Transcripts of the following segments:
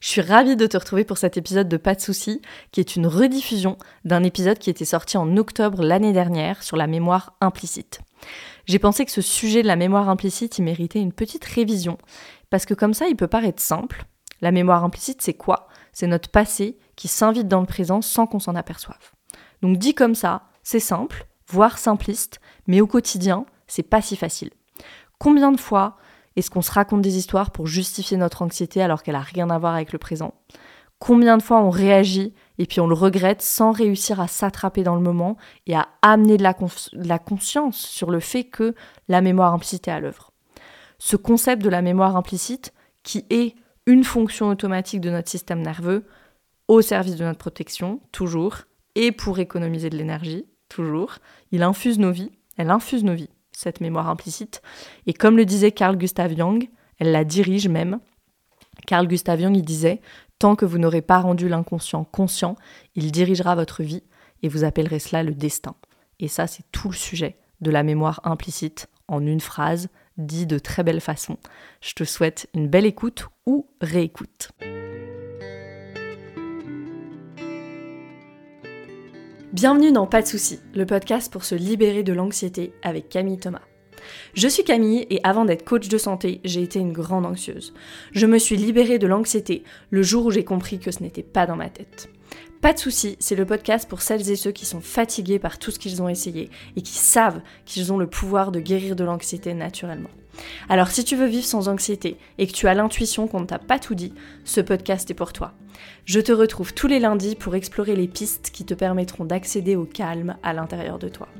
Je suis ravie de te retrouver pour cet épisode de Pas de soucis, qui est une rediffusion d'un épisode qui était sorti en octobre l'année dernière sur la mémoire implicite. J'ai pensé que ce sujet de la mémoire implicite, il méritait une petite révision, parce que comme ça, il peut paraître simple. La mémoire implicite, c'est quoi ? C'est notre passé qui s'invite dans le présent sans qu'on s'en aperçoive. Donc dit comme ça, c'est simple, voire simpliste, mais au quotidien, c'est pas si facile. Combien de fois est-ce qu'on se raconte des histoires pour justifier notre anxiété alors qu'elle n'a rien à voir avec le présent ? Combien de fois on réagit et puis on le regrette sans réussir à s'attraper dans le moment et à amener de la conscience sur le fait que la mémoire implicite est à l'œuvre ? Ce concept de la mémoire implicite, qui est une fonction automatique de notre système nerveux, au service de notre protection, toujours, et pour économiser de l'énergie, toujours, elle infuse nos vies, cette mémoire implicite. Et comme le disait Carl Gustav Jung, elle la dirige même. Carl Gustav Jung, il disait « Tant que vous n'aurez pas rendu l'inconscient conscient, il dirigera votre vie et vous appellerez cela le destin. » Et ça, c'est tout le sujet de la mémoire implicite, en une phrase, dit de très belle façon. Je te souhaite une belle écoute ou réécoute. Bienvenue dans Pas de soucis, le podcast pour se libérer de l'anxiété avec Camille Thomas. Je suis Camille et avant d'être coach de santé, j'ai été une grande anxieuse. Je me suis libérée de l'anxiété le jour où j'ai compris que ce n'était pas dans ma tête. Pas de soucis, c'est le podcast pour celles et ceux qui sont fatigués par tout ce qu'ils ont essayé et qui savent qu'ils ont le pouvoir de guérir de l'anxiété naturellement. Alors si tu veux vivre sans anxiété et que tu as l'intuition qu'on ne t'a pas tout dit, ce podcast est pour toi. Je te retrouve tous les lundis pour explorer les pistes qui te permettront d'accéder au calme à l'intérieur de toi.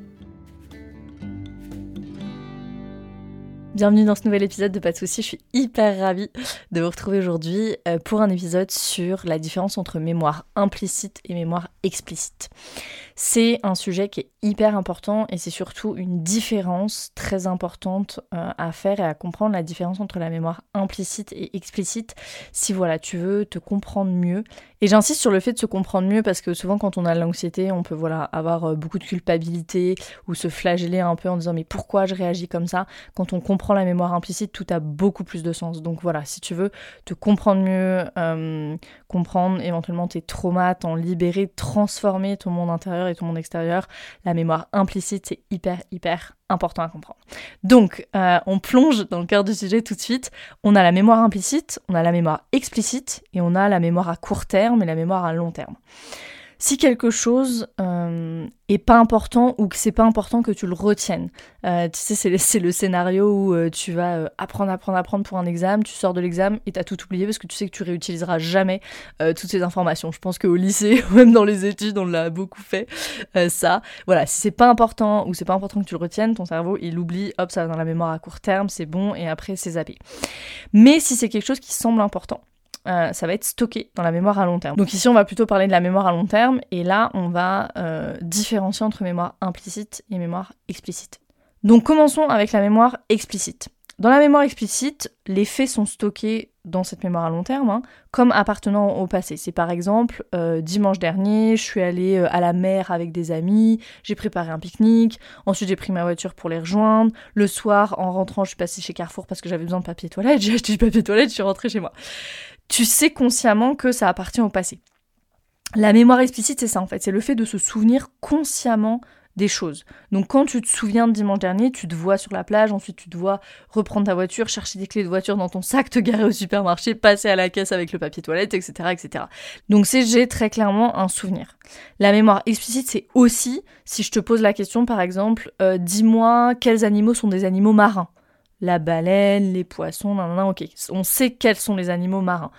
Bienvenue dans ce nouvel épisode de Pas de soucis, je suis hyper ravie de vous retrouver aujourd'hui pour un épisode sur la différence entre mémoire implicite et mémoire explicite. C'est un sujet qui est hyper important et c'est surtout une différence très importante à faire et à comprendre, la différence entre la mémoire implicite et explicite si voilà, tu veux te comprendre mieux. Et j'insiste sur le fait de se comprendre mieux parce que souvent quand on a l'anxiété, on peut avoir beaucoup de culpabilité ou se flageller un peu en disant mais pourquoi je réagis comme ça ? Quand on comprend la mémoire implicite, tout a beaucoup plus de sens. Donc voilà, si tu veux te comprendre mieux, comprendre éventuellement tes traumas, t'en libérer, transformer ton monde intérieur et ton monde extérieur, la mémoire implicite, c'est hyper important à comprendre. Donc, on plonge dans le cœur du sujet tout de suite. On a la mémoire implicite, on a la mémoire explicite et on a la mémoire à court terme et la mémoire à long terme. Si quelque chose est pas important ou que c'est pas important que tu le retiennes, tu sais, c'est le scénario où tu vas apprendre pour un examen, tu sors de l'examen et t'as tout oublié parce que tu sais que tu réutiliseras jamais toutes ces informations. Je pense qu'au lycée, ou même dans les études, on l'a beaucoup fait, ça. Voilà, si c'est pas important ou c'est pas important que tu le retiennes, ton cerveau, il oublie, hop, ça va dans la mémoire à court terme, c'est bon, et après, c'est zappé. Mais si c'est quelque chose qui semble important, ça va être stocké dans la mémoire à long terme. Donc ici, on va plutôt parler de la mémoire à long terme, et là, on va différencier entre mémoire implicite et mémoire explicite. Donc commençons avec la mémoire explicite. Dans la mémoire explicite, les faits sont stockés dans cette mémoire à long terme, comme appartenant au passé. C'est par exemple, dimanche dernier, je suis allée à la mer avec des amis, j'ai préparé un pique-nique, ensuite j'ai pris ma voiture pour les rejoindre, le soir, en rentrant, je suis passée chez Carrefour parce que j'avais besoin de papier toilette, j'ai acheté du papier toilette, je suis rentrée chez moi. Tu sais consciemment que ça appartient au passé. La mémoire explicite, c'est ça en fait, c'est le fait de se souvenir consciemment des choses. Donc quand tu te souviens de dimanche dernier, tu te vois sur la plage, ensuite tu te vois reprendre ta voiture, chercher des clés de voiture dans ton sac, te garer au supermarché, passer à la caisse avec le papier toilette, etc. etc. Donc j'ai très clairement un souvenir. La mémoire explicite, c'est aussi, si je te pose la question par exemple, dis-moi quels animaux sont des animaux marins. La baleine, les poissons, ok. On sait quels sont les animaux marins.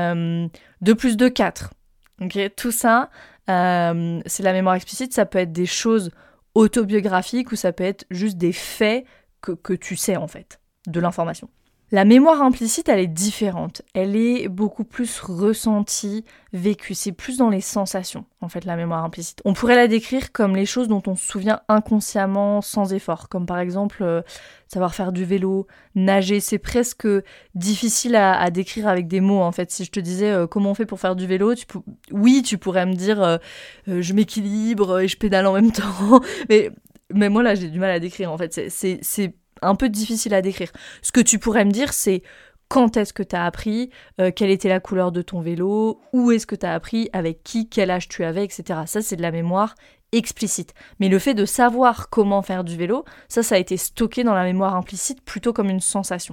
2 plus 2, 4. Ok, tout ça, c'est la mémoire explicite. Ça peut être des choses autobiographiques ou ça peut être juste des faits que tu sais en fait, de l'information. La mémoire implicite, elle est différente. Elle est beaucoup plus ressentie, vécue. C'est plus dans les sensations, en fait, la mémoire implicite. On pourrait la décrire comme les choses dont on se souvient inconsciemment, sans effort. Comme par exemple, savoir faire du vélo, nager. C'est presque difficile à décrire avec des mots, en fait. Si je te disais comment on fait pour faire du vélo, tu pourrais me dire je m'équilibre et je pédale en même temps. Mais moi, là, j'ai du mal à décrire, en fait. C'est un peu difficile à décrire. Ce que tu pourrais me dire, c'est quand est-ce que tu as appris, quelle était la couleur de ton vélo, où est-ce que tu as appris, avec qui, quel âge tu avais, etc. Ça, c'est de la mémoire explicite. Mais le fait de savoir comment faire du vélo, ça a été stocké dans la mémoire implicite plutôt comme une sensation.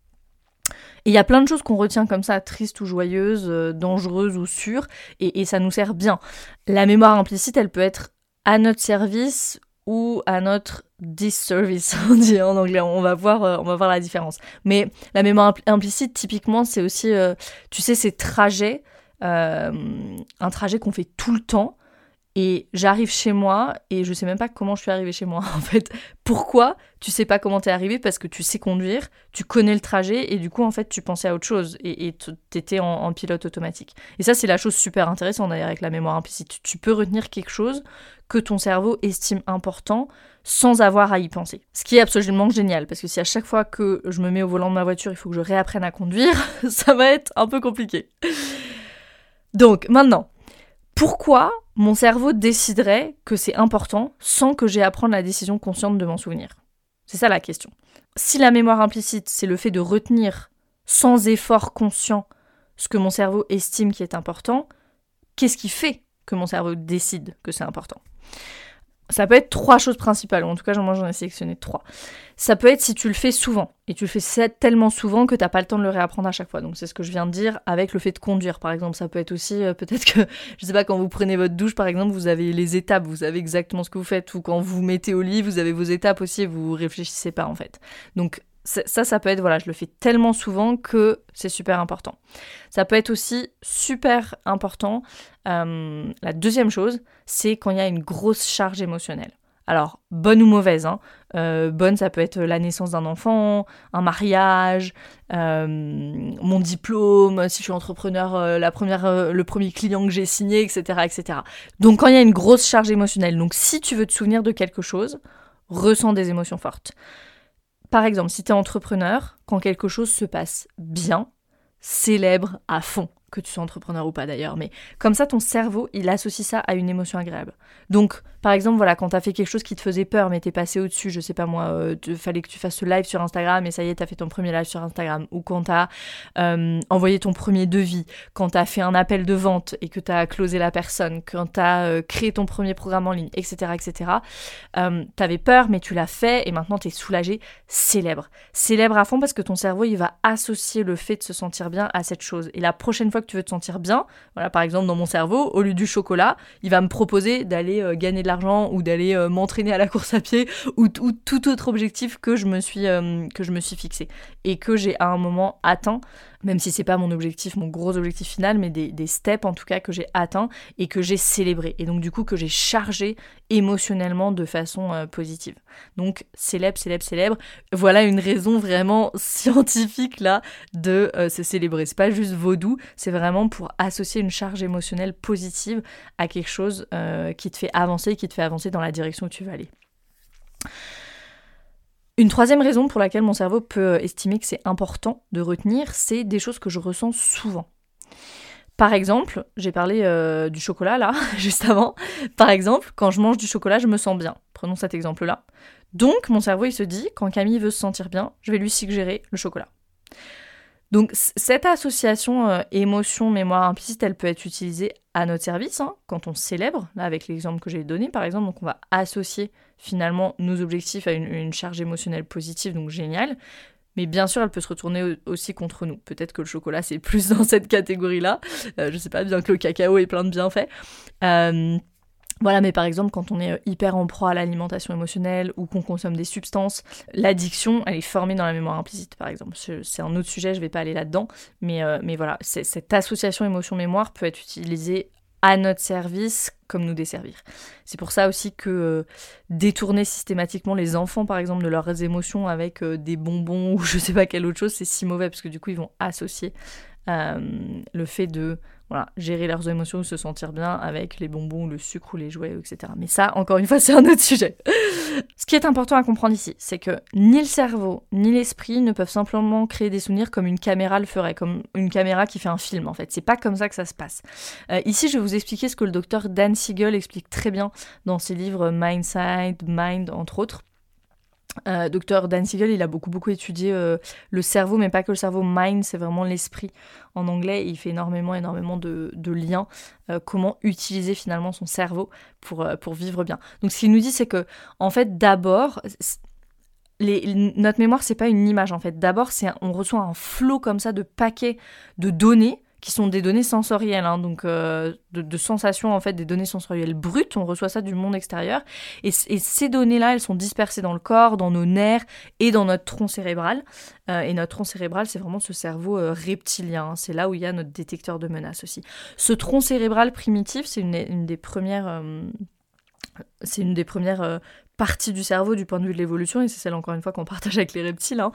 Et il y a plein de choses qu'on retient comme ça, tristes ou joyeuses, dangereuses ou sûres, et ça nous sert bien. La mémoire implicite, elle peut être à notre service ou à notre disservice, on dit en anglais, on va voir la différence. Mais la mémoire implicite, typiquement, c'est aussi, tu sais, ces trajets, un trajet qu'on fait tout le temps, et j'arrive chez moi, et je sais même pas comment je suis arrivée chez moi, en fait. Pourquoi ? Tu sais pas comment t'es arrivée, parce que tu sais conduire, tu connais le trajet, et du coup, en fait, tu pensais à autre chose, et t'étais en pilote automatique. Et ça, c'est la chose super intéressante, d'ailleurs, avec la mémoire implicite. Tu peux retenir quelque chose que ton cerveau estime important, sans avoir à y penser. Ce qui est absolument génial, parce que si à chaque fois que je me mets au volant de ma voiture, il faut que je réapprenne à conduire, ça va être un peu compliqué. Donc, maintenant, pourquoi mon cerveau déciderait que c'est important sans que j'aie à prendre la décision consciente de m'en souvenir ? C'est ça la question. Si la mémoire implicite, c'est le fait de retenir sans effort conscient ce que mon cerveau estime qui est important, qu'est-ce qui fait que mon cerveau décide que c'est important ? Ça peut être 3 choses principales, ou en tout cas moi j'en ai sélectionné 3. Ça peut être si tu le fais souvent, et tu le fais tellement souvent que t'as pas le temps de le réapprendre à chaque fois. Donc c'est ce que je viens de dire avec le fait de conduire, par exemple. Ça peut être aussi, peut-être que, je sais pas, quand vous prenez votre douche, par exemple, vous avez les étapes, vous savez exactement ce que vous faites, ou quand vous vous mettez au lit, vous avez vos étapes aussi, et vous réfléchissez pas en fait. Donc ça peut être, voilà, je le fais tellement souvent que c'est super important. Ça peut être aussi super important, la deuxième chose, c'est quand il y a une grosse charge émotionnelle. Alors, bonne ou mauvaise, hein. Bonne, ça peut être la naissance d'un enfant, un mariage, mon diplôme, si je suis entrepreneur, le premier client que j'ai signé, etc., etc. Donc, quand il y a une grosse charge émotionnelle, donc si tu veux te souvenir de quelque chose, ressens des émotions fortes. Par exemple, si tu es entrepreneur, quand quelque chose se passe bien, célèbre à fond, que tu sois entrepreneur ou pas d'ailleurs, mais comme ça, ton cerveau, il associe ça à une émotion agréable. Donc, par exemple, voilà, quand t'as fait quelque chose qui te faisait peur, mais t'es passé au-dessus, je sais pas moi, fallait que tu fasses ce live sur Instagram, et ça y est, t'as fait ton premier live sur Instagram, ou quand t'as envoyé ton premier devis, quand t'as fait un appel de vente, et que t'as closé la personne, quand t'as créé ton premier programme en ligne, etc., etc., t'avais peur, mais tu l'as fait, et maintenant t'es soulagé, célèbre. Célèbre à fond, parce que ton cerveau, il va associer le fait de se sentir bien à cette chose. Et la prochaine fois que tu veux te sentir bien, voilà, par exemple dans mon cerveau, au lieu du chocolat, il va me proposer d'aller gagner de l'argent ou d'aller m'entraîner à la course à pied ou tout autre objectif que je me suis fixé et que j'ai à un moment atteint, même si c'est pas mon objectif, mon gros objectif final, mais des steps en tout cas que j'ai atteints et que j'ai célébré et donc du coup que j'ai chargé émotionnellement de façon positive. Donc célèbre. Voilà une raison vraiment scientifique là de se célébrer. C'est pas juste vaudou, c'est vraiment pour associer une charge émotionnelle positive à quelque chose qui te fait avancer dans la direction où tu veux aller. Une troisième raison pour laquelle mon cerveau peut estimer que c'est important de retenir, c'est des choses que je ressens souvent. Par exemple, j'ai parlé du chocolat là, juste avant. Par exemple, quand je mange du chocolat, je me sens bien. Prenons cet exemple-là. Donc, mon cerveau, il se dit, quand Camille veut se sentir bien, je vais lui suggérer le chocolat. Donc, cette association émotion-mémoire implicite, elle peut être utilisée à notre service, hein, quand on célèbre, là, avec l'exemple que j'ai donné, par exemple. Donc, on va associer finalement nos objectifs à une charge émotionnelle positive, donc génial. Mais bien sûr, elle peut se retourner aussi contre nous. Peut-être que le chocolat, c'est plus dans cette catégorie-là. Je sais pas, bien que le cacao ait plein de bienfaits. Voilà, mais par exemple, quand on est hyper en proie à l'alimentation émotionnelle ou qu'on consomme des substances, l'addiction, elle est formée dans la mémoire implicite, par exemple. C'est un autre sujet, je vais pas aller là-dedans. Mais voilà, cette association émotion-mémoire peut être utilisée à notre service comme nous desservir. C'est pour ça aussi que détourner systématiquement les enfants, par exemple, de leurs émotions avec des bonbons ou je sais pas quelle autre chose, c'est si mauvais, parce que du coup, ils vont associer le fait de gérer leurs émotions ou se sentir bien avec les bonbons, le sucre ou les jouets, etc. Mais ça, encore une fois, c'est un autre sujet. Ce qui est important à comprendre ici, c'est que ni le cerveau, ni l'esprit ne peuvent simplement créer des souvenirs comme une caméra le ferait, comme une caméra qui fait un film, en fait. C'est pas comme ça que ça se passe. Ici, je vais vous expliquer ce que le docteur Dan Siegel explique très bien dans ses livres Mindside, Mind, entre autres. Dr. Dan Siegel, il a beaucoup étudié le cerveau, mais pas que le cerveau, mind, c'est vraiment l'esprit en anglais. Il fait énormément de liens, comment utiliser finalement son cerveau pour vivre bien. Donc ce qu'il nous dit, c'est que, en fait, d'abord, notre mémoire, c'est pas une image, en fait. D'abord, on reçoit un flot comme ça de paquets de données, qui sont des données sensorielles, hein, donc de sensations, en fait, des données sensorielles brutes. On reçoit ça du monde extérieur. Et ces données-là, elles sont dispersées dans le corps, dans nos nerfs et dans notre tronc cérébral. Et notre tronc cérébral, c'est vraiment ce cerveau reptilien. Hein. C'est là où il y a notre détecteur de menace aussi. Ce tronc cérébral primitif, c'est une des premières... partie du cerveau du point de vue de l'évolution, et c'est celle encore une fois qu'on partage avec les reptiles, hein.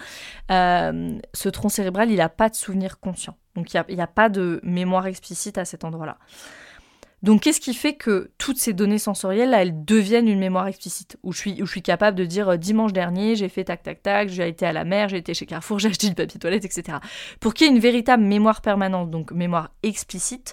Ce tronc cérébral, il n'a pas de souvenir conscient. Donc il n'y a pas de mémoire explicite à cet endroit-là. Donc qu'est-ce qui fait que toutes ces données sensorielles, là, elles deviennent une mémoire explicite, où je suis capable de dire dimanche dernier, j'ai fait tac tac tac, j'ai été à la mer, j'ai été chez Carrefour, j'ai acheté du papier toilette, etc. Pour qu'il y ait une véritable mémoire permanente, donc mémoire explicite,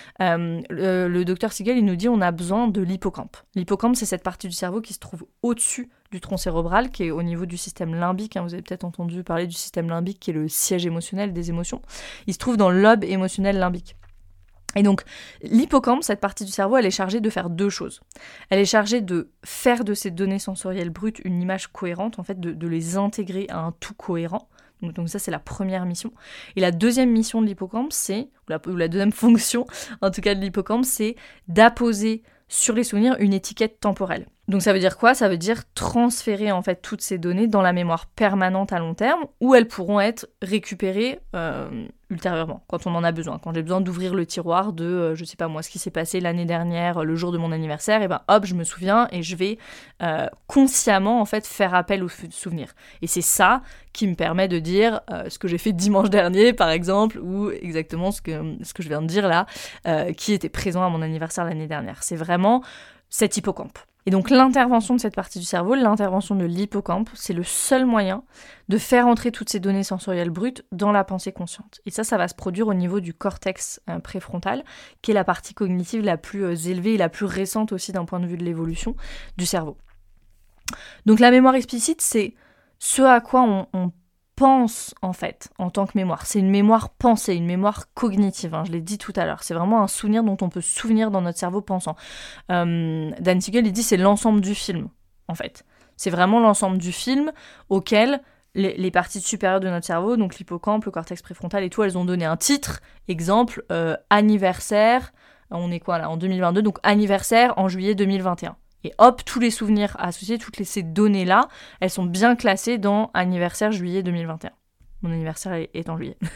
le docteur Siegel, il nous dit on a besoin de l'hippocampe. L'hippocampe, c'est cette partie du cerveau qui se trouve au-dessus du tronc cérébral, qui est au niveau du système limbique. Hein, vous avez peut-être entendu parler du système limbique, qui est le siège émotionnel des émotions. Il se trouve dans le lobe émotionnel limbique. Et donc, l'hippocampe, cette partie du cerveau, elle est chargée de faire deux choses. Elle est chargée de faire de ces données sensorielles brutes une image cohérente, en fait, de les intégrer à un tout cohérent. Donc ça, c'est la première mission. Et la deuxième mission de l'hippocampe, ou la deuxième fonction, en tout cas de l'hippocampe, c'est d'apposer sur les souvenirs une étiquette temporelle. Donc ça veut dire quoi ? Ça veut dire transférer en fait toutes ces données dans la mémoire permanente à long terme, où elles pourront être récupérées ultérieurement, quand on en a besoin. Quand j'ai besoin d'ouvrir le tiroir de, je sais pas moi, ce qui s'est passé l'année dernière, le jour de mon anniversaire, et ben hop, je me souviens et je vais consciemment en fait faire appel aux souvenirs. Et c'est ça qui me permet de dire ce que j'ai fait dimanche dernier, par exemple, ou exactement ce que je viens de dire là, qui était présent à mon anniversaire l'année dernière. C'est vraiment cet hippocampe. Et donc l'intervention de cette partie du cerveau, l'intervention de l'hippocampe, c'est le seul moyen de faire entrer toutes ces données sensorielles brutes dans la pensée consciente. Et ça va se produire au niveau du cortex préfrontal, qui est la partie cognitive la plus élevée et la plus récente aussi d'un point de vue de l'évolution du cerveau. Donc la mémoire explicite, c'est ce à quoi on pense en fait en tant que mémoire. C'est une mémoire pensée, une mémoire cognitive, hein, je l'ai dit tout à l'heure. C'est vraiment un souvenir dont on peut se souvenir dans notre cerveau pensant. Dan Siegel, il dit c'est l'ensemble du film en fait. C'est vraiment l'ensemble du film auquel les parties supérieures de notre cerveau, donc l'hippocampe, le cortex préfrontal et tout, elles ont donné un titre, exemple, anniversaire, on est quoi là, en 2022, donc anniversaire en juillet 2021. Et hop, tous les souvenirs associés, ces données-là, elles sont bien classées dans anniversaire juillet 2021. Mon anniversaire est en juillet.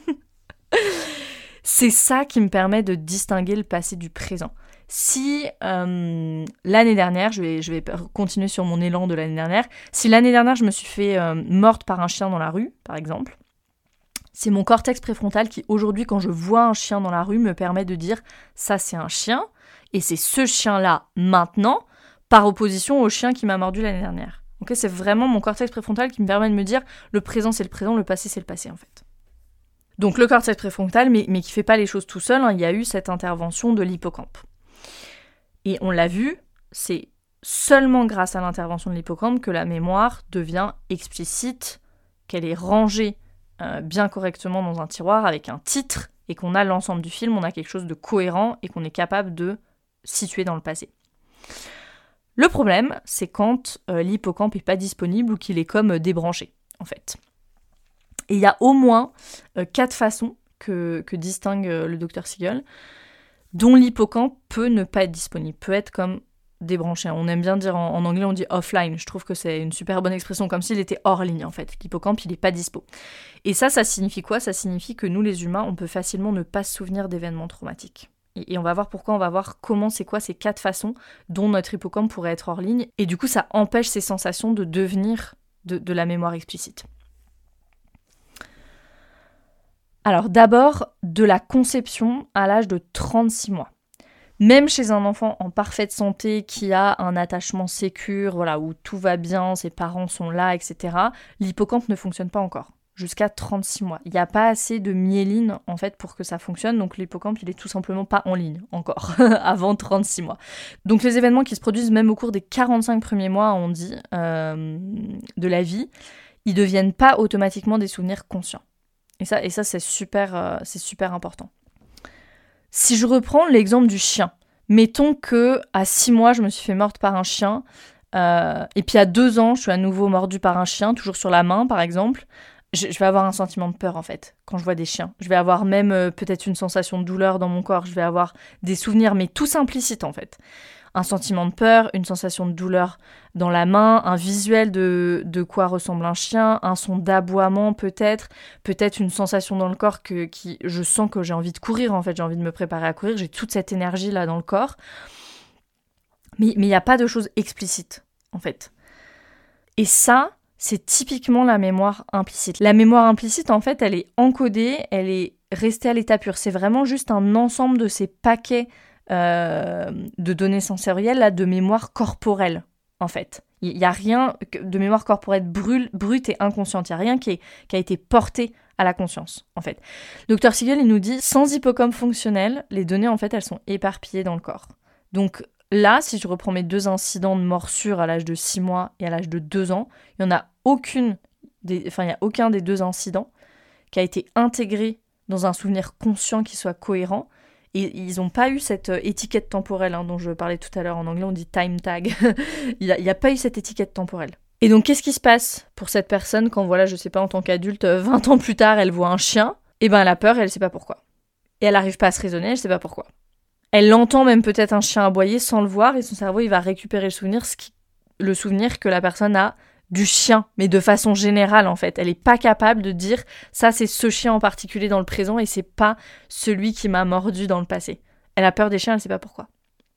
C'est ça qui me permet de distinguer le passé du présent. Si l'année dernière, je vais continuer sur mon élan de l'année dernière, si l'année dernière je me suis fait morte par un chien dans la rue, par exemple, c'est mon cortex préfrontal qui aujourd'hui, quand je vois un chien dans la rue, me permet de dire ça c'est un chien, et c'est ce chien-là maintenant, par opposition au chien qui m'a mordu l'année dernière. Okay, c'est vraiment mon cortex préfrontal qui me permet de me dire le présent c'est le présent, le passé c'est le passé en fait. Donc le cortex préfrontal, mais qui fait pas les choses tout seul, hein, il y a eu cette intervention de l'hippocampe. Et on l'a vu, c'est seulement grâce à l'intervention de l'hippocampe que la mémoire devient explicite, qu'elle est rangée bien correctement dans un tiroir avec un titre, et qu'on a l'ensemble du film, on a quelque chose de cohérent et qu'on est capable de situer dans le passé. Le problème, c'est quand l'hippocampe n'est pas disponible ou qu'il est comme débranché, en fait. Et il y a au moins 4 façons que distingue le Dr Siegel, dont l'hippocampe peut ne pas être disponible, peut être comme débranché. On aime bien dire en anglais, on dit offline. Je trouve que c'est une super bonne expression, comme s'il était hors ligne, en fait. L'hippocampe, il n'est pas dispo. Et ça signifie quoi ? Ça signifie que nous, les humains, on peut facilement ne pas se souvenir d'événements traumatiques. Et on va voir pourquoi, on va voir comment, c'est quoi ces 4 façons dont notre hippocampe pourrait être hors ligne. Et du coup, ça empêche ces sensations de devenir de la mémoire explicite. Alors d'abord, de la conception à l'âge de 36 mois. Même chez un enfant en parfaite santé qui a un attachement sécure, voilà, où tout va bien, ses parents sont là, etc., l'hippocampe ne fonctionne pas encore. jusqu'à 36 mois. Il n'y a pas assez de myéline en fait pour que ça fonctionne, donc l'hippocampe il est tout simplement pas en ligne encore avant 36 mois. Donc les événements qui se produisent même au cours des 45 premiers mois, on dit, de la vie, ils deviennent pas automatiquement des souvenirs conscients. Et ça c'est super important. Si je reprends l'exemple du chien, mettons que à 6 mois je me suis fait mordre par un chien, et puis à 2 ans je suis à nouveau mordue par un chien, toujours sur la main par exemple. Je vais avoir un sentiment de peur en fait quand je vois des chiens. Je vais avoir même peut-être une sensation de douleur dans mon corps. Je vais avoir des souvenirs, mais tous implicites en fait. Un sentiment de peur, une sensation de douleur dans la main, un visuel de quoi ressemble un chien, un son d'aboiement peut-être une sensation dans le corps qui je sens que j'ai envie de courir en fait. J'ai envie de me préparer à courir. J'ai toute cette énergie là dans le corps. Mais il n'y a pas de choses explicites en fait. Et ça, c'est typiquement la mémoire implicite. La mémoire implicite, en fait, elle est encodée, elle est restée à l'état pur. C'est vraiment juste un ensemble de ces paquets de données sensorielles, là, de mémoire corporelle, en fait. Il n'y a rien de mémoire corporelle brute et inconsciente. Il n'y a rien qui a été porté à la conscience, en fait. Dr Siegel, il nous dit, sans hippocampe fonctionnel, les données, en fait, elles sont éparpillées dans le corps. Donc, là, si je reprends mes 2 incidents de morsure à l'âge de 6 mois et à l'âge de 2 ans, il n'y a aucun des 2 incidents qui a été intégré dans un souvenir conscient qui soit cohérent. Et ils n'ont pas eu cette étiquette temporelle dont je parlais tout à l'heure. En anglais, on dit time tag. Il n'y a pas eu cette étiquette temporelle. Et donc, qu'est-ce qui se passe pour cette personne quand, voilà, je sais pas, en tant qu'adulte, 20 ans plus tard, elle voit un chien? Eh ben, elle a peur et elle ne sait pas pourquoi. Et elle n'arrive pas à se raisonner, elle ne sait pas pourquoi. Elle entend même peut-être un chien aboyer sans le voir et son cerveau, il va récupérer le souvenir que la personne a du chien, mais de façon générale en fait. Elle n'est pas capable de dire ça c'est ce chien en particulier dans le présent et c'est pas celui qui m'a mordu dans le passé. Elle a peur des chiens, elle ne sait pas pourquoi.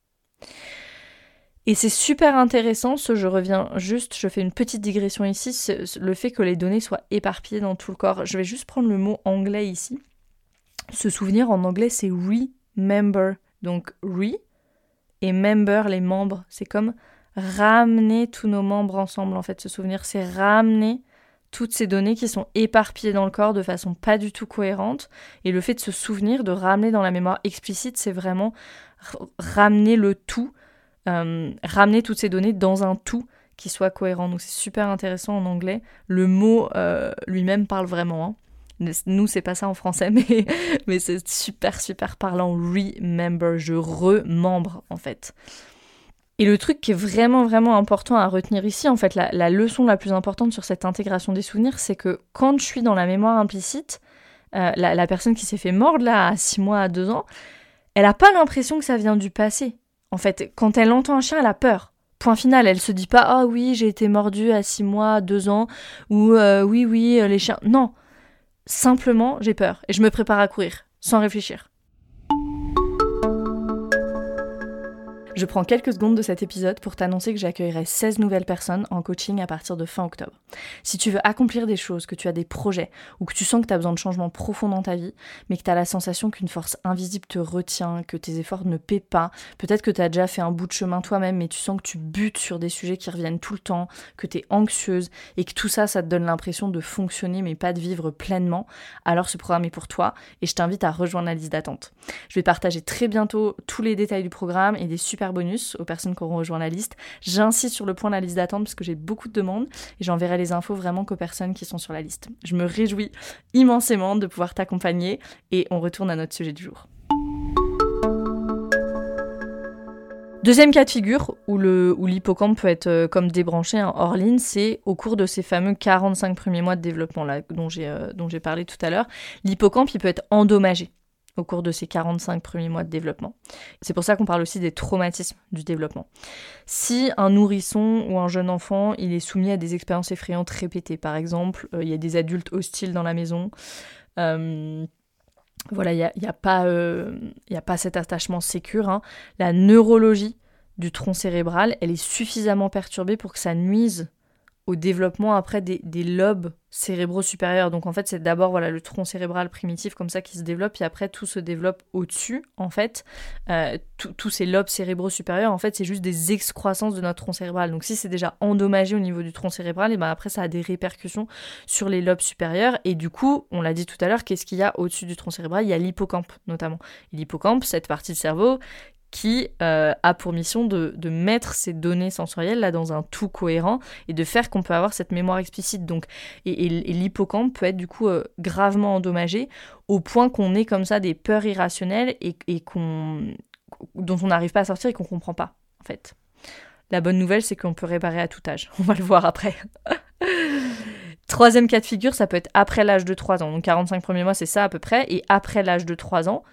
Et c'est super intéressant, je fais une petite digression ici, le fait que les données soient éparpillées dans tout le corps. Je vais juste prendre le mot anglais ici. Se souvenir en anglais c'est remember. Donc et member, les membres, c'est comme ramener tous nos membres ensemble en fait. Se souvenir, c'est ramener toutes ces données qui sont éparpillées dans le corps de façon pas du tout cohérente. Et le fait de se souvenir, de ramener dans la mémoire explicite, c'est vraiment ramener le tout, ramener toutes ces données dans un tout qui soit cohérent. Donc c'est super intéressant en anglais. Le mot lui-même parle vraiment. Nous, c'est pas ça en français, mais c'est super, super parlant. Remember, je remembre, en fait. Et le truc qui est vraiment, vraiment important à retenir ici, en fait, la leçon la plus importante sur cette intégration des souvenirs, c'est que quand je suis dans la mémoire implicite, la personne qui s'est fait mordre, là, à 6 mois, à 2 ans, elle a pas l'impression que ça vient du passé. En fait, quand elle entend un chien, elle a peur. Point final, elle se dit pas « Ah oui, j'ai été mordue à 6 mois, à 2 ans » ou « Oui, les chiens... » Non. Simplement, j'ai peur et je me prépare à courir, sans réfléchir. Je prends quelques secondes de cet épisode pour t'annoncer que j'accueillerai 16 nouvelles personnes en coaching à partir de fin octobre. Si tu veux accomplir des choses, que tu as des projets ou que tu sens que tu as besoin de changements profonds dans ta vie, mais que tu as la sensation qu'une force invisible te retient, que tes efforts ne paient pas, peut-être que tu as déjà fait un bout de chemin toi-même, mais tu sens que tu butes sur des sujets qui reviennent tout le temps, que tu es anxieuse et que tout ça te donne l'impression de fonctionner mais pas de vivre pleinement, alors ce programme est pour toi et je t'invite à rejoindre la liste d'attente. Je vais partager très bientôt tous les détails du programme et des super bonus aux personnes qui auront rejoint la liste. J'insiste sur le point de la liste d'attente parce que j'ai beaucoup de demandes et j'enverrai les infos vraiment qu'aux personnes qui sont sur la liste. Je me réjouis immensément de pouvoir t'accompagner et on retourne à notre sujet du jour. Deuxième cas de figure où l'hippocampe peut être comme débranché hors ligne, c'est au cours de ces fameux 45 premiers mois de développement là, dont j'ai parlé tout à l'heure. L'hippocampe il peut être endommagé au cours de ces 45 premiers mois de développement. C'est pour ça qu'on parle aussi des traumatismes du développement. Si un nourrisson ou un jeune enfant, il est soumis à des expériences effrayantes répétées, par exemple, il y a des adultes hostiles dans la maison, voilà, il y a pas cet attachement sécure, La neurologie du tronc cérébral, elle est suffisamment perturbée pour que ça nuise au développement après des lobes cérébraux supérieurs. Donc en fait, c'est d'abord le tronc cérébral primitif comme ça qui se développe, puis après tout se développe au-dessus. En fait, tous ces lobes cérébraux supérieurs, en fait, c'est juste des excroissances de notre tronc cérébral. Donc si c'est déjà endommagé au niveau du tronc cérébral, et ben après ça a des répercussions sur les lobes supérieurs. Et du coup, on l'a dit tout à l'heure, qu'est-ce qu'il y a au-dessus du tronc cérébral ? Il y a l'hippocampe notamment. Et l'hippocampe, cette partie du cerveau qui a pour mission de mettre ces données sensorielles là dans un tout cohérent et de faire qu'on peut avoir cette mémoire explicite. Donc, et l'hippocampe peut être du coup gravement endommagé au point qu'on ait comme ça des peurs irrationnelles et dont on n'arrive pas à sortir et qu'on comprend pas, en fait. La bonne nouvelle, c'est qu'on peut réparer à tout âge. On va le voir après. Troisième cas de figure, ça peut être après l'âge de 3 ans. Donc 45 premiers mois, c'est ça à peu près. Et après l'âge de 3 ans,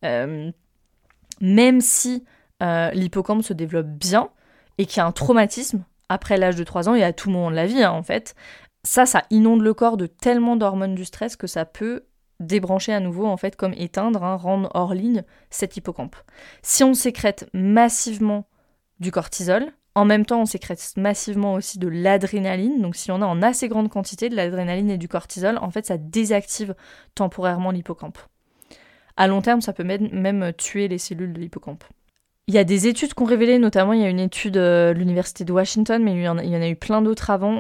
même si l'hippocampe se développe bien et qu'il y a un traumatisme après l'âge de 3 ans et à tout moment de la vie, en fait, ça inonde le corps de tellement d'hormones du stress que ça peut débrancher à nouveau, en fait, comme éteindre, rendre hors ligne cet hippocampe. Si on sécrète massivement du cortisol, en même temps, on sécrète massivement aussi de l'adrénaline. Donc si on a en assez grande quantité de l'adrénaline et du cortisol, en fait, ça désactive temporairement l'hippocampe. À long terme, ça peut même tuer les cellules de l'hippocampe. Il y a des études qui ont révélé, notamment il y a une étude de l'université de Washington, mais il y en a eu plein d'autres avant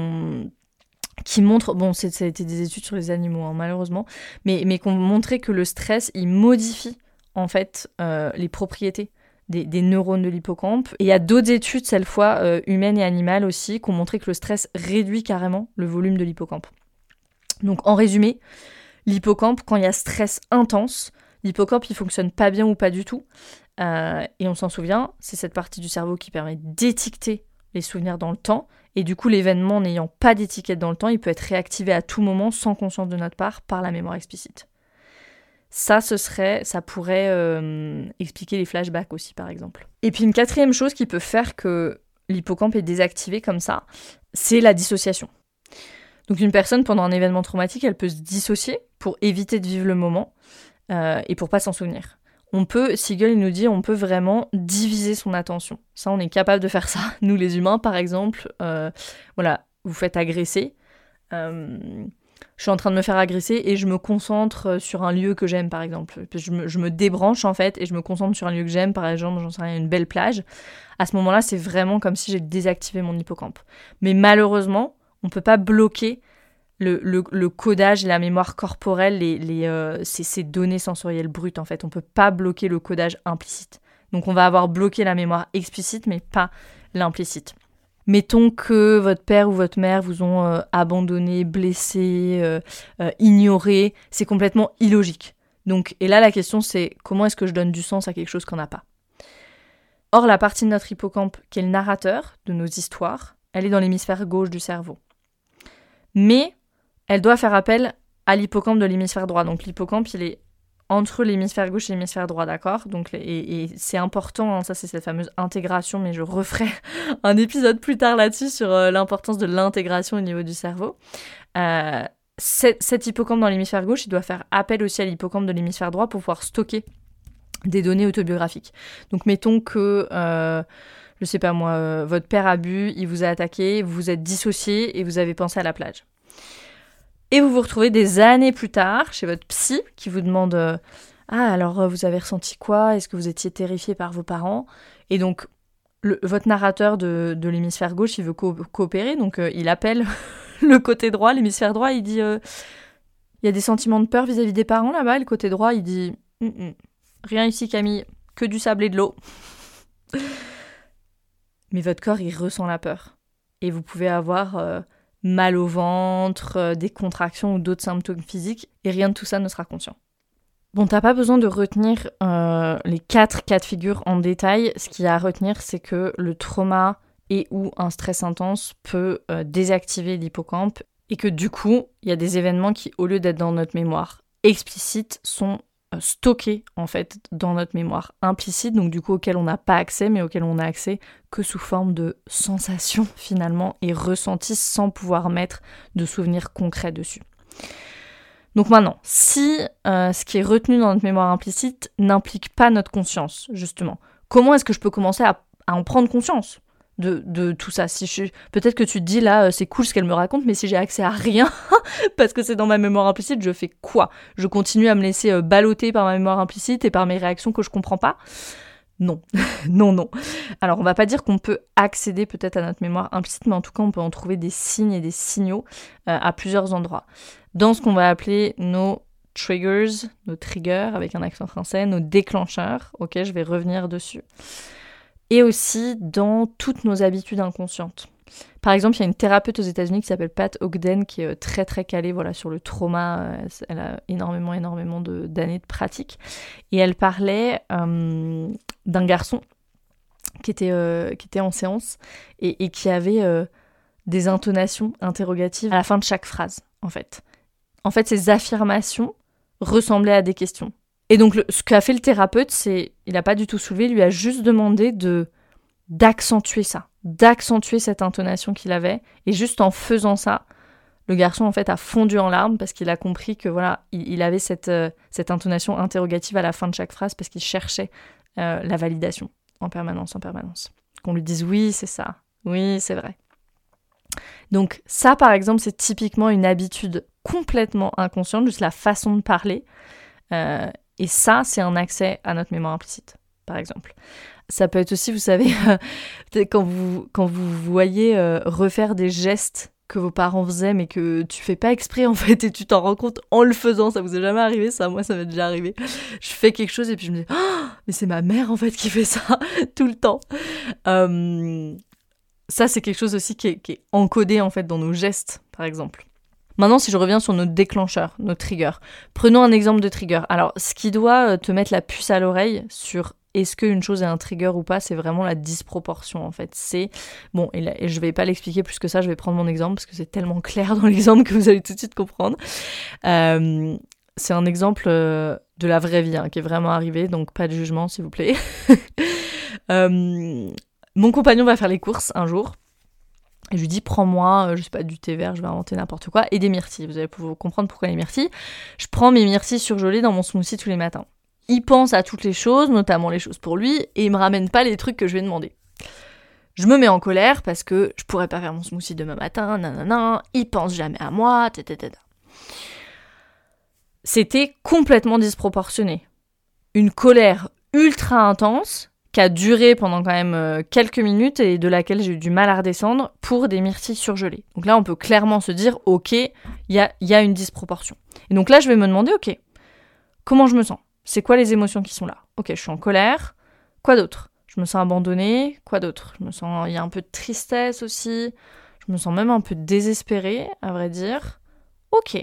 qui montrent, ça a été des études sur les animaux malheureusement, mais qui ont montré que le stress, il modifie en fait les propriétés des neurones de l'hippocampe. Et il y a d'autres études, cette fois humaines et animales aussi, qui ont montré que le stress réduit carrément le volume de l'hippocampe. Donc en résumé, l'hippocampe, quand il y a stress intense, l'hippocampe, il fonctionne pas bien ou pas du tout. Et on s'en souvient, c'est cette partie du cerveau qui permet d'étiqueter les souvenirs dans le temps. Et du coup, l'événement n'ayant pas d'étiquette dans le temps, il peut être réactivé à tout moment, sans conscience de notre part, par la mémoire explicite. Ça pourrait expliquer les flashbacks aussi, par exemple. Et puis une quatrième chose qui peut faire que l'hippocampe est désactivé comme ça, c'est la dissociation. Donc une personne, pendant un événement traumatique, elle peut se dissocier pour éviter de vivre le moment et pour pas s'en souvenir. Siegel il nous dit, on peut vraiment diviser son attention. Ça, on est capable de faire ça. Nous, les humains, par exemple, vous faites agresser. Je suis en train de me faire agresser et je me concentre sur un lieu que j'aime, par exemple. Je me débranche, en fait, et je me concentre sur un lieu que j'aime, par exemple, j'en sais rien, une belle plage. À ce moment-là, c'est vraiment comme si j'ai désactivé mon hippocampe. Mais malheureusement, on peut pas bloquer le codage et la mémoire corporelle, ces données sensorielles brutes, en fait. On peut pas bloquer le codage implicite. Donc on va avoir bloqué la mémoire explicite, mais pas l'implicite. Mettons que votre père ou votre mère vous ont abandonné, blessé, ignoré. C'est complètement illogique. Et là, la question, c'est comment est-ce que je donne du sens à quelque chose qu'on n'a pas ? Or, la partie de notre hippocampe, qui est le narrateur de nos histoires, elle est dans l'hémisphère gauche du cerveau. Mais elle doit faire appel à l'hippocampe de l'hémisphère droit. Donc l'hippocampe, il est entre l'hémisphère gauche et l'hémisphère droit, d'accord ? Donc, et c'est important, ça c'est cette fameuse intégration, mais je referai un épisode plus tard là-dessus sur l'importance de l'intégration au niveau du cerveau. Cet hippocampe dans l'hémisphère gauche, il doit faire appel aussi à l'hippocampe de l'hémisphère droit pour pouvoir stocker des données autobiographiques. Donc mettons que, je sais pas moi, votre père a bu, il vous a attaqué, vous vous êtes dissocié et vous avez pensé à la plage. Et vous vous retrouvez des années plus tard chez votre psy qui vous demande alors vous avez ressenti quoi ? Est-ce que vous étiez terrifié par vos parents ? Et donc votre narrateur de l'hémisphère gauche, il veut coopérer, donc il appelle le côté droit, l'hémisphère droit, il dit il y a des sentiments de peur vis-à-vis des parents là-bas, et le côté droit il dit rien ici Camille, que du sable et de l'eau. Mais votre corps il ressent la peur et vous pouvez avoir mal au ventre, des contractions ou d'autres symptômes physiques, et rien de tout ça ne sera conscient. Bon, t'as pas besoin de retenir les 4 cas de figure en détail. Ce qu'il y a à retenir, c'est que le trauma et ou un stress intense peut désactiver l'hippocampe, et que du coup, il y a des événements qui, au lieu d'être dans notre mémoire explicite, sont stockés en fait dans notre mémoire implicite, donc du coup auquel on n'a pas accès, mais auquel on n'a accès que sous forme de sensations finalement et ressentis, sans pouvoir mettre de souvenirs concrets dessus. Donc maintenant, si ce qui est retenu dans notre mémoire implicite n'implique pas notre conscience, justement, comment est-ce que je peux commencer à en prendre conscience ? de tout ça. Peut-être que tu te dis là, c'est cool ce qu'elle me raconte, mais si j'ai accès à rien, parce que c'est dans ma mémoire implicite, je fais quoi ? Je continue à me laisser balloter par ma mémoire implicite et par mes réactions que je comprends pas ? Non, non. Alors on va pas dire qu'on peut accéder peut-être à notre mémoire implicite, mais en tout cas on peut en trouver des signes et des signaux à plusieurs endroits. Dans ce qu'on va appeler nos triggers avec un accent français, nos déclencheurs, ok, je vais revenir dessus. Et aussi dans toutes nos habitudes inconscientes. Par exemple, il y a une thérapeute aux États-Unis qui s'appelle Pat Ogden, qui est très très calée sur le trauma. Elle a énormément d'années de pratique. Et elle parlait d'un garçon qui était en séance et qui avait des intonations interrogatives à la fin de chaque phrase, en fait. En fait, ces affirmations ressemblaient à des questions. Et donc, ce qu'a fait le thérapeute, il n'a pas du tout soulevé, il lui a juste demandé d'accentuer ça, d'accentuer cette intonation qu'il avait. Et juste en faisant ça, le garçon, en fait, a fondu en larmes parce qu'il a compris que, il avait cette intonation interrogative à la fin de chaque phrase parce qu'il cherchait la validation en permanence. Qu'on lui dise « oui, c'est ça, oui, c'est vrai ». Donc ça, par exemple, c'est typiquement une habitude complètement inconsciente, juste la façon de parler. Et ça, c'est un accès à notre mémoire implicite, par exemple. Ça peut être aussi, vous savez, quand vous voyez refaire des gestes que vos parents faisaient, mais que tu fais pas exprès, en fait, et tu t'en rends compte en le faisant. Ça vous est jamais arrivé, ça ? Moi, ça m'est déjà arrivé. Je fais quelque chose et puis je me dis « oh, mais c'est ma mère, en fait, qui fait ça tout le temps ». Ça, c'est quelque chose aussi qui est encodé, en fait, dans nos gestes, par exemple. Maintenant, si je reviens sur nos déclencheurs, nos triggers. Prenons un exemple de trigger. Alors, ce qui doit te mettre la puce à l'oreille sur est-ce qu'une chose est un trigger ou pas, c'est vraiment la disproportion, en fait. Bon, et je vais pas l'expliquer plus que ça, je vais prendre mon exemple, parce que c'est tellement clair dans l'exemple que vous allez tout de suite comprendre. C'est un exemple de la vraie vie, qui est vraiment arrivé, donc pas de jugement, s'il vous plaît. Mon compagnon va faire les courses un jour, et je lui dis, prends-moi, je sais pas, du thé vert, je vais inventer n'importe quoi, et des myrtilles. Vous allez pouvoir comprendre pourquoi les myrtilles. Je prends mes myrtilles surgelées dans mon smoothie tous les matins. Il pense à toutes les choses, notamment les choses pour lui, et il me ramène pas les trucs que je lui ai demandé. Je me mets en colère parce que je pourrais pas faire mon smoothie demain matin, nanana, il pense jamais à moi, tata. C'était complètement disproportionné. Une colère ultra intense, qui a duré pendant quand même quelques minutes et de laquelle j'ai eu du mal à redescendre pour des myrtilles surgelées. Donc là, on peut clairement se dire, ok, il y a une disproportion. Et donc là, je vais me demander, ok, comment je me sens ? C'est quoi les émotions qui sont là ? Ok, je suis en colère. Quoi d'autre ? Je me sens abandonnée. Quoi d'autre ? Il y a un peu de tristesse aussi. Je me sens même un peu désespérée, à vrai dire. Ok.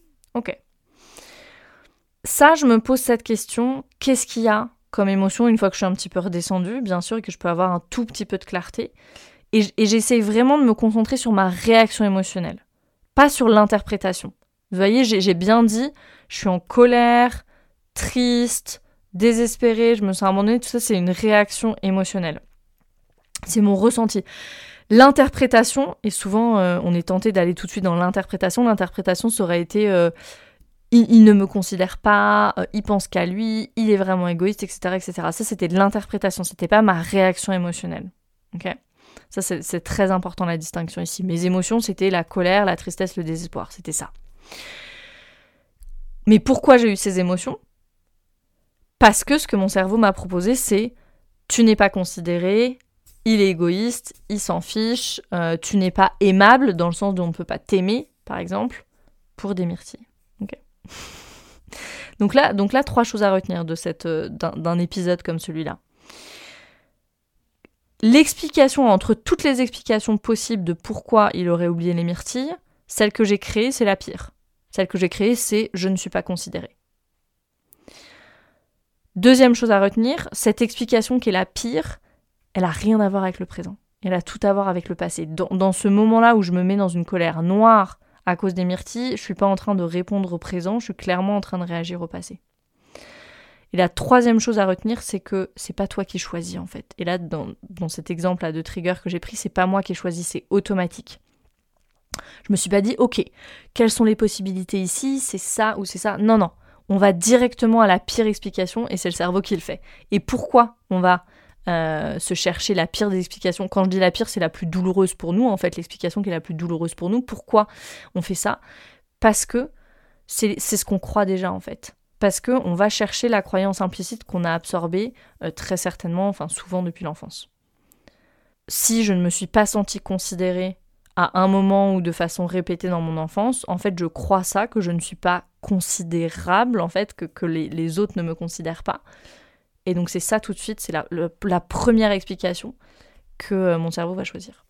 Ça, je me pose cette question. Qu'est-ce qu'il y a comme émotion une fois que je suis un petit peu redescendue, bien sûr, et que je peux avoir un tout petit peu de clarté. Et j'essaie vraiment de me concentrer sur ma réaction émotionnelle, pas sur l'interprétation. Vous voyez, j'ai bien dit, je suis en colère, triste, désespérée, je me sens abandonnée, tout ça, c'est une réaction émotionnelle. C'est mon ressenti. L'interprétation, et souvent, on est tenté d'aller tout de suite dans l'interprétation. L'interprétation, ça aurait été... il ne me considère pas, il pense qu'à lui, il est vraiment égoïste, etc., etc. Ça, c'était de l'interprétation, c'était pas ma réaction émotionnelle. Ok ? Ça, c'est très important, la distinction ici. Mes émotions, c'était la colère, la tristesse, le désespoir, c'était ça. Mais pourquoi j'ai eu ces émotions ? Parce que ce que mon cerveau m'a proposé, c'est « tu n'es pas considéré, il est égoïste, il s'en fiche, tu n'es pas aimable, dans le sens où on ne peut pas t'aimer, par exemple, pour des myrtilles. » Ok. Donc là, 3 choses à retenir de d'un épisode comme celui-là. L'explication, entre toutes les explications possibles de pourquoi il aurait oublié les myrtilles, celle que j'ai créée, c'est la pire. Celle que j'ai créée, c'est « je ne suis pas considérée ». Deuxième chose à retenir, cette explication qui est la pire, elle a rien à voir avec le présent. Elle a tout à voir avec le passé. Dans ce moment-là où je me mets dans une colère noire à cause des myrtilles, je suis pas en train de répondre au présent, je suis clairement en train de réagir au passé. Et la troisième chose à retenir, c'est que c'est pas toi qui choisis, en fait. Et là, dans cet exemple-là de trigger que j'ai pris, c'est pas moi qui ai choisi, c'est automatique. Je me suis pas dit, ok, quelles sont les possibilités ici, c'est ça ou c'est ça. Non. On va directement à la pire explication et c'est le cerveau qui le fait. Et pourquoi on va se chercher la pire des explications. Quand je dis la pire, c'est la plus douloureuse pour nous, en fait, l'explication qui est la plus douloureuse pour nous. Pourquoi on fait ça ? Parce que c'est ce qu'on croit déjà, en fait. Parce qu'on va chercher la croyance implicite qu'on a absorbée très certainement, enfin souvent depuis l'enfance. Si je ne me suis pas sentie considérée à un moment ou de façon répétée dans mon enfance, en fait je crois ça, que je ne suis pas considérable, en fait, que les autres ne me considèrent pas. Et donc c'est ça tout de suite, c'est la première explication que mon cerveau va choisir.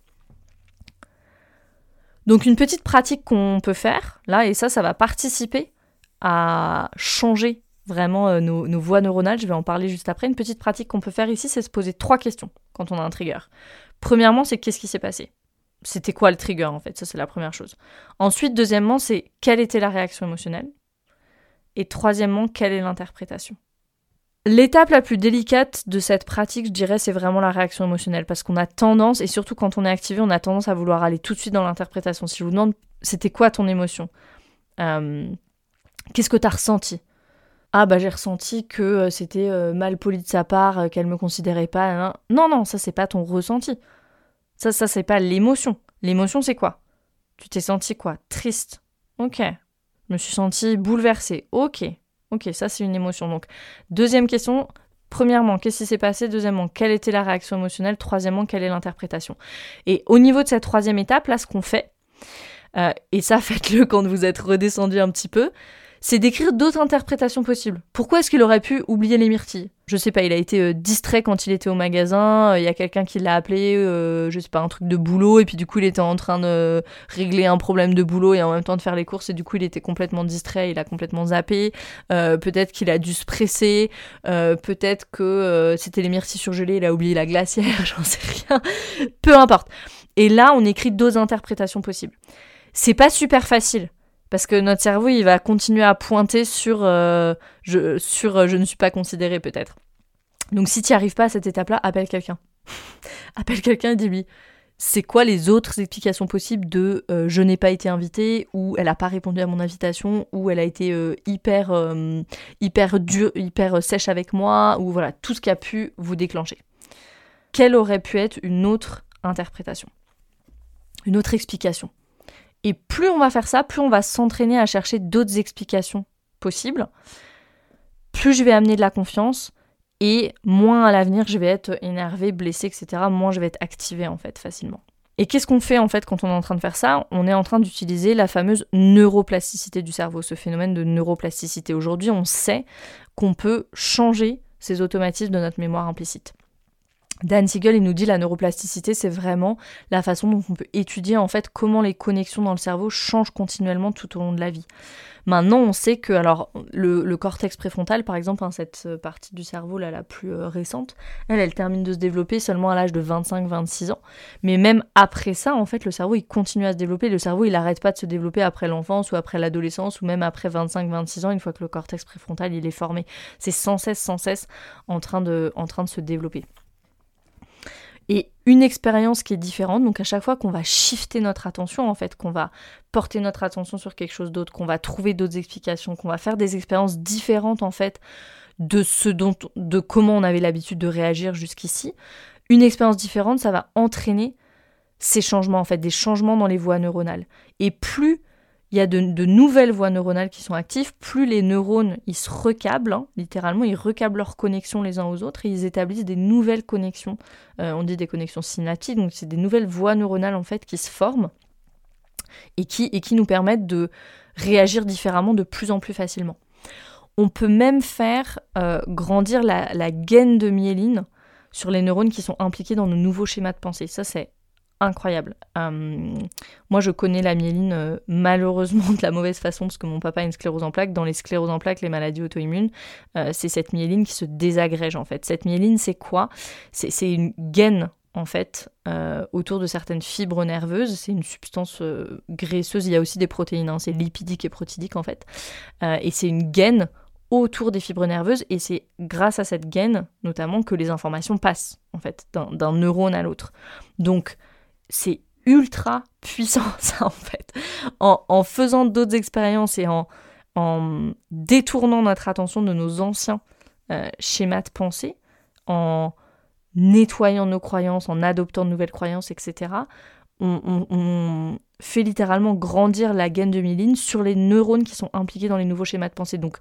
Donc une petite pratique qu'on peut faire, là, et ça va participer à changer vraiment nos voies neuronales, je vais en parler juste après. Une petite pratique qu'on peut faire ici, c'est se poser 3 questions quand on a un trigger. Premièrement, c'est qu'est-ce qui s'est passé ? C'était quoi le trigger, en fait ? Ça, c'est la première chose. Ensuite, deuxièmement, c'est quelle était la réaction émotionnelle ? Et troisièmement, quelle est l'interprétation ? L'étape la plus délicate de cette pratique, je dirais, c'est vraiment la réaction émotionnelle, parce qu'on a tendance, et surtout quand on est activé, on a tendance à vouloir aller tout de suite dans l'interprétation. Si je vous demande, c'était quoi ton émotion ? Qu'est-ce que t'as ressenti ? Ah bah j'ai ressenti que c'était mal poli de sa part, qu'elle me considérait pas. Non, ça c'est pas ton ressenti. Ça c'est pas l'émotion. L'émotion c'est quoi ? Tu t'es senti quoi ? Triste. Ok. Je me suis sentie bouleversée. Ok, ça c'est une émotion. Donc deuxième question, premièrement, qu'est-ce qui s'est passé ? Deuxièmement, quelle était la réaction émotionnelle ? Troisièmement, quelle est l'interprétation ? Et au niveau de cette troisième étape, là ce qu'on fait, et ça faites-le quand vous êtes redescendu un petit peu, c'est d'écrire d'autres interprétations possibles. Pourquoi est-ce qu'il aurait pu oublier les myrtilles ? Je sais pas, il a été distrait quand il était au magasin, il y a quelqu'un qui l'a appelé, je sais pas, un truc de boulot, et puis du coup il était en train de régler un problème de boulot et en même temps de faire les courses, et du coup il était complètement distrait, il a complètement zappé, peut-être qu'il a dû se presser, peut-être que c'était les myrtilles surgelées, il a oublié la glacière, j'en sais rien, peu importe. Et là on écrit d'autres interprétations possibles. C'est pas super facile. Parce que notre cerveau, il va continuer à pointer sur je ne suis pas considéré peut-être. Donc si tu n'y arrives pas à cette étape-là, appelle quelqu'un. Appelle quelqu'un et dis-lui, c'est quoi les autres explications possibles de je n'ai pas été invitée, ou elle n'a pas répondu à mon invitation, ou elle a été hyper dure, hyper sèche avec moi, ou voilà, tout ce qui a pu vous déclencher. Quelle aurait pu être une autre interprétation ? Une autre explication ? Et plus on va faire ça, plus on va s'entraîner à chercher d'autres explications possibles, plus je vais amener de la confiance, et moins à l'avenir je vais être énervée, blessée, etc. Moins je vais être activée en fait facilement. Et qu'est-ce qu'on fait en fait quand on est en train de faire ça ? On est en train d'utiliser la fameuse neuroplasticité du cerveau, ce phénomène de neuroplasticité. Aujourd'hui, on sait qu'on peut changer ces automatismes de notre mémoire implicite. Dan Siegel, il nous dit la neuroplasticité, c'est vraiment la façon dont on peut étudier en fait comment les connexions dans le cerveau changent continuellement tout au long de la vie. Maintenant, on sait que alors le cortex préfrontal, par exemple, cette partie du cerveau là, la plus récente, elle termine de se développer seulement à l'âge de 25-26 ans. Mais même après ça, en fait, le cerveau, il continue à se développer. Le cerveau, il n'arrête pas de se développer après l'enfance ou après l'adolescence ou même après 25-26 ans, une fois que le cortex préfrontal, il est formé. C'est sans cesse en train de se développer. Et une expérience qui est différente, donc à chaque fois qu'on va shifter notre attention, en fait, qu'on va porter notre attention sur quelque chose d'autre, qu'on va trouver d'autres explications, qu'on va faire des expériences différentes, en fait, de comment on avait l'habitude de réagir jusqu'ici, une expérience différente, ça va entraîner ces changements, en fait, des changements dans les voies neuronales. Et plus il y a de nouvelles voies neuronales qui sont actives, plus les neurones, ils se recablent, littéralement, ils recablent leurs connexions les uns aux autres et ils établissent des nouvelles connexions. On dit des connexions synaptiques, donc c'est des nouvelles voies neuronales en fait qui se forment et qui nous permettent de réagir différemment de plus en plus facilement. On peut même faire grandir la gaine de myéline sur les neurones qui sont impliqués dans nos nouveaux schémas de pensée. Ça, c'est incroyable. Moi, je connais la myéline malheureusement de la mauvaise façon parce que mon papa a une sclérose en plaques. Dans les scléroses en plaques, les maladies auto-immunes, c'est cette myéline qui se désagrège en fait. Cette myéline, c'est quoi ? C'est une gaine en fait autour de certaines fibres nerveuses. C'est une substance graisseuse. Il y a aussi des protéines. C'est lipidique et protidique en fait. Et c'est une gaine autour des fibres nerveuses et c'est grâce à cette gaine notamment que les informations passent en fait d'un neurone à l'autre. Donc c'est ultra puissant ça en fait. En faisant d'autres expériences et en détournant notre attention de nos anciens schémas de pensée, en nettoyant nos croyances, en adoptant de nouvelles croyances, etc., on fait littéralement grandir la gaine de myéline sur les neurones qui sont impliqués dans les nouveaux schémas de pensée. Donc,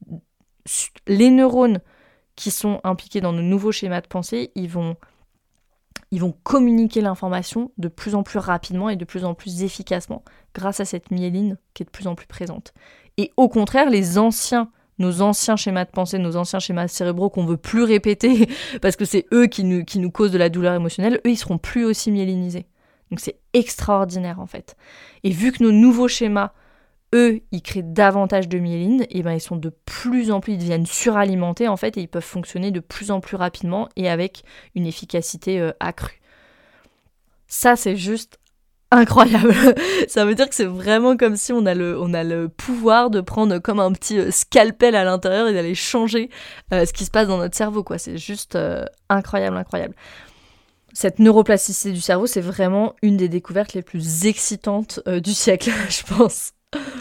les neurones qui sont impliqués dans nos nouveaux schémas de pensée, ils vont communiquer l'information de plus en plus rapidement et de plus en plus efficacement grâce à cette myéline qui est de plus en plus présente. Et au contraire, nos anciens schémas de pensée, nos anciens schémas cérébraux qu'on veut plus répéter parce que c'est eux qui nous causent de la douleur émotionnelle, eux, ils seront plus aussi myélinisés. Donc c'est extraordinaire en fait. Et vu que nos nouveaux schémas, eux, ils créent davantage de myéline, et ben ils sont de plus en plus, ils deviennent suralimentés en fait, et ils peuvent fonctionner de plus en plus rapidement et avec une efficacité accrue. Ça, c'est juste incroyable. Ça veut dire que c'est vraiment comme si on a le pouvoir de prendre comme un petit scalpel à l'intérieur et d'aller changer ce qui se passe dans notre cerveau, quoi. C'est juste incroyable. Cette neuroplasticité du cerveau, c'est vraiment une des découvertes les plus excitantes du siècle, je pense.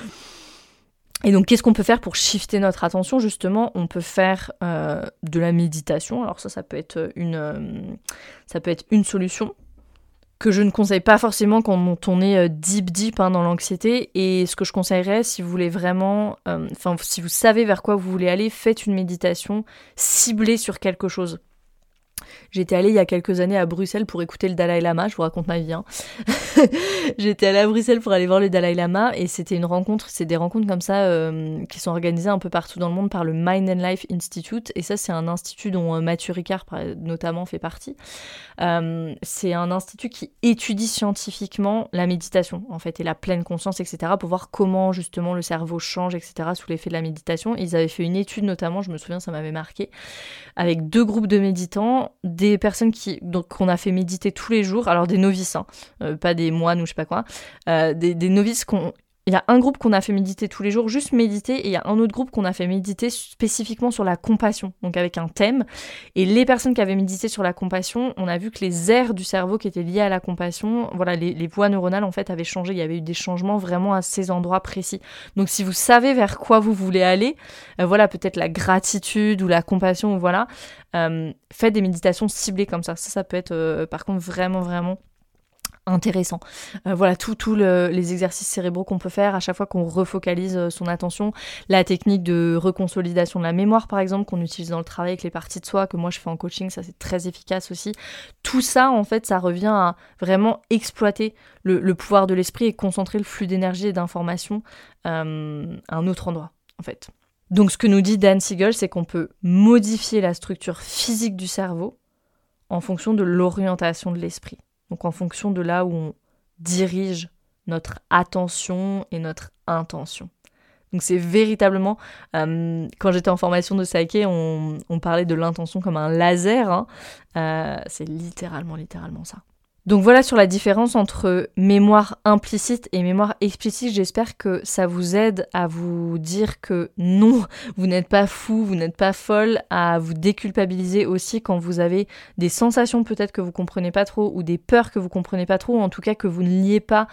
Et donc, qu'est-ce qu'on peut faire pour shifter notre attention ? Justement, on peut faire de la méditation. Alors ça peut être une solution que je ne conseille pas forcément quand on est deep dans l'anxiété. Et ce que je conseillerais, si vous voulez vraiment, si vous savez vers quoi vous voulez aller, faites une méditation ciblée sur quelque chose. J'étais allée il y a quelques années à Bruxelles pour écouter le Dalai Lama, je vous raconte ma vie. J'étais allée à Bruxelles pour aller voir le Dalai Lama et c'est des rencontres comme ça qui sont organisées un peu partout dans le monde par le Mind and Life Institute. Et ça, c'est un institut dont Mathieu Ricard notamment fait partie. C'est un institut qui étudie scientifiquement la méditation en fait et la pleine conscience, etc. pour voir comment justement le cerveau change, etc. sous l'effet de la méditation. Ils avaient fait une étude notamment, je me souviens, ça m'avait marqué, avec 2 groupes de méditants, des personnes qu'on a fait méditer tous les jours, alors des novices, pas des moines ou je sais pas quoi, des novices il y a un groupe qu'on a fait méditer tous les jours, juste méditer, et il y a un autre groupe qu'on a fait méditer spécifiquement sur la compassion, donc avec un thème. Et les personnes qui avaient médité sur la compassion, on a vu que les aires du cerveau qui étaient liées à la compassion, voilà, les voies neuronales en fait avaient changé, il y avait eu des changements vraiment à ces endroits précis. Donc si vous savez vers quoi vous voulez aller, voilà, peut-être la gratitude ou la compassion, ou voilà, faites des méditations ciblées comme ça. Ça peut être par contre vraiment intéressant. Voilà, tous les exercices cérébraux qu'on peut faire à chaque fois qu'on refocalise son attention. La technique de reconsolidation de la mémoire, par exemple, qu'on utilise dans le travail avec les parties de soi, que moi je fais en coaching, ça c'est très efficace aussi. Tout ça, en fait, ça revient à vraiment exploiter le pouvoir de l'esprit et concentrer le flux d'énergie et d'informations à un autre endroit, en fait. Donc ce que nous dit Dan Siegel, c'est qu'on peut modifier la structure physique du cerveau en fonction de l'orientation de l'esprit. Donc en fonction de là où on dirige notre attention et notre intention. Donc c'est véritablement, quand j'étais en formation de Psyché, on parlait de l'intention comme un laser, c'est littéralement ça. Donc voilà sur la différence entre mémoire implicite et mémoire explicite. J'espère que ça vous aide à vous dire que non, vous n'êtes pas fou, vous n'êtes pas folle, à vous déculpabiliser aussi quand vous avez des sensations peut-être que vous comprenez pas trop ou des peurs que vous comprenez pas trop, ou en tout cas que vous ne liez pas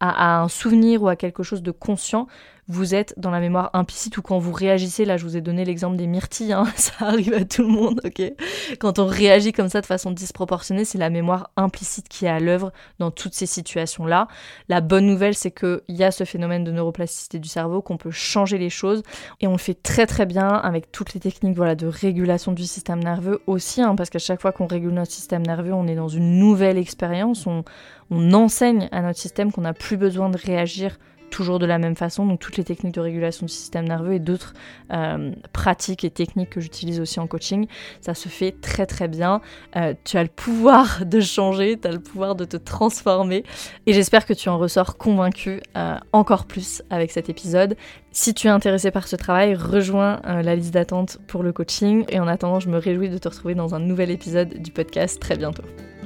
à un souvenir ou à quelque chose de conscient. Vous êtes dans la mémoire implicite, ou quand vous réagissez, là je vous ai donné l'exemple des myrtilles, ça arrive à tout le monde, ok ? Quand on réagit comme ça de façon disproportionnée, c'est la mémoire implicite qui est à l'œuvre dans toutes ces situations-là. La bonne nouvelle, c'est qu'il y a ce phénomène de neuroplasticité du cerveau, qu'on peut changer les choses, et on le fait très très bien avec toutes les techniques de régulation du système nerveux aussi, parce qu'à chaque fois qu'on régule notre système nerveux, on est dans une nouvelle expérience, on enseigne à notre système qu'on n'a plus besoin de réagir toujours de la même façon. Donc toutes les techniques de régulation du système nerveux et d'autres pratiques et techniques que j'utilise aussi en coaching, ça se fait très très bien. Tu as le pouvoir de changer, tu as le pouvoir de te transformer, et j'espère que tu en ressors convaincu encore plus avec cet épisode. Si tu es intéressé par ce travail, rejoins la liste d'attente pour le coaching, et en attendant, je me réjouis de te retrouver dans un nouvel épisode du podcast très bientôt.